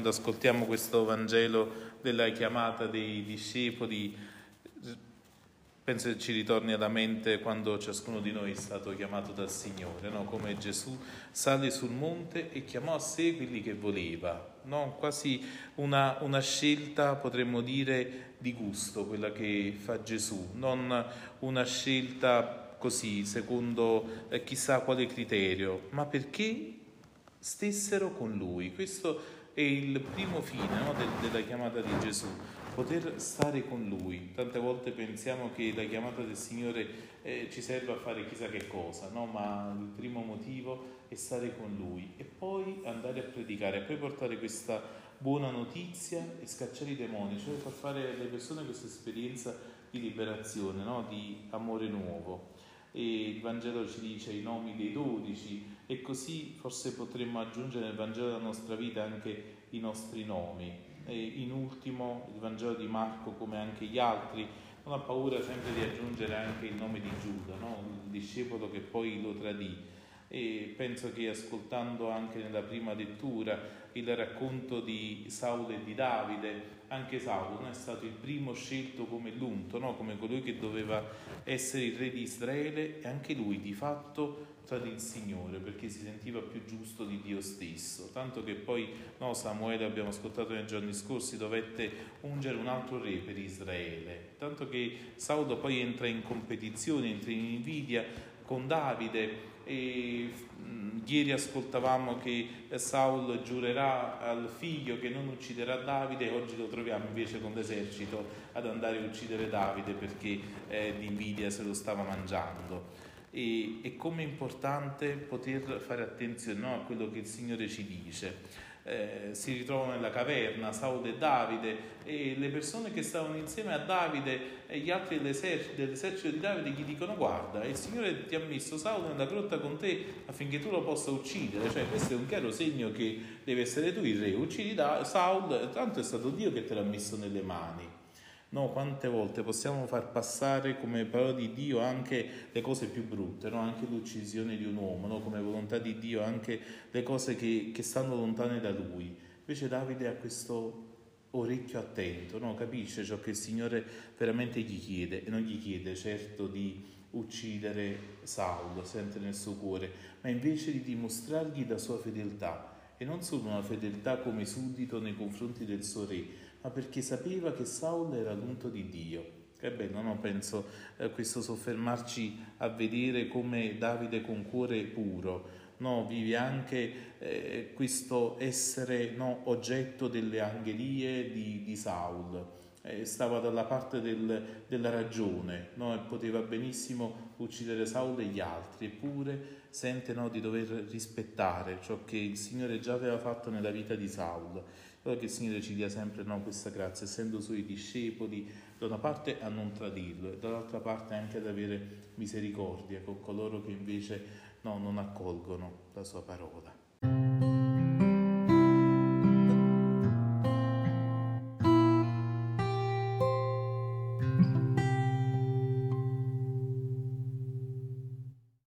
quando ascoltiamo questo Vangelo della chiamata dei discepoli, penso che ci ritorni alla mente quando ciascuno di noi è stato chiamato dal Signore, no? Come Gesù sale sul monte e chiamò a sé quelli che voleva, no? Quasi una scelta, potremmo dire, di gusto, quella che fa Gesù, non una scelta così, secondo chissà quale criterio, ma perché stessero con Lui. Questo è il primo fine, no? della chiamata di Gesù. Poter stare con Lui. Tante volte pensiamo che la chiamata del Signore ci serve a fare chissà che cosa, no? Ma il primo motivo è stare con Lui e poi andare a predicare, e poi portare questa buona notizia e scacciare i demoni, cioè far fare alle persone questa esperienza di liberazione, no? Di amore nuovo. E il Vangelo ci dice i nomi dei 12 e così forse potremmo aggiungere nel Vangelo della nostra vita anche i nostri nomi. E in ultimo il Vangelo di Marco, come anche gli altri, non ha paura sempre di aggiungere anche il nome di Giuda, no? Il discepolo che poi lo tradì. E penso che ascoltando anche nella prima lettura il racconto di Saulo e di Davide, anche Saulo non è stato il primo scelto come l'unto, no? Come colui che doveva essere il re di Israele, e anche lui di fatto tradì il Signore perché si sentiva più giusto di Dio stesso, tanto che poi, no, Samuele, abbiamo ascoltato nei giorni scorsi, dovette ungere un altro re per Israele, tanto che Saulo poi entra in competizione, entra in invidia con Davide. E ieri ascoltavamo che Saul giurerà al figlio che non ucciderà Davide, e oggi lo troviamo invece con l'esercito ad andare a uccidere Davide perché di invidia se lo stava mangiando. E come è importante poter fare attenzione, no, a quello che il Signore ci dice. Si ritrovano nella caverna Saulo e Davide, e le persone che stavano insieme a Davide e gli altri dell'esercito di Davide gli dicono: guarda, il Signore ti ha messo Saulo nella grotta con te affinché tu lo possa uccidere, cioè questo è un chiaro segno che devi essere tu il re, uccidi Saulo, tanto è stato Dio che te l'ha messo nelle mani. No, quante volte possiamo far passare come parola di Dio anche le cose più brutte, no? Anche l'uccisione di un uomo, no? Come volontà di Dio anche le cose che stanno lontane da Lui. Invece Davide ha questo orecchio attento, no? Capisce ciò che il Signore veramente gli chiede, e non gli chiede certo di uccidere Saulo, sente nel suo cuore, ma invece di dimostrargli la sua fedeltà. E non solo una fedeltà come suddito nei confronti del suo re, ma perché sapeva che Saulo era l'unto di Dio. Che bello, no? Penso questo soffermarci a vedere come Davide con cuore puro, no? Vive anche questo essere, no, oggetto delle angherie di Saul. Stava dalla parte della ragione, no? E poteva benissimo uccidere Saulo e gli altri, eppure sente, no, di dover rispettare ciò che il Signore già aveva fatto nella vita di Saulo. Allora che il Signore ci dia sempre, no, questa grazia, essendo suoi discepoli, da una parte a non tradirlo e dall'altra parte anche ad avere misericordia con coloro che invece, no, non accolgono la sua parola.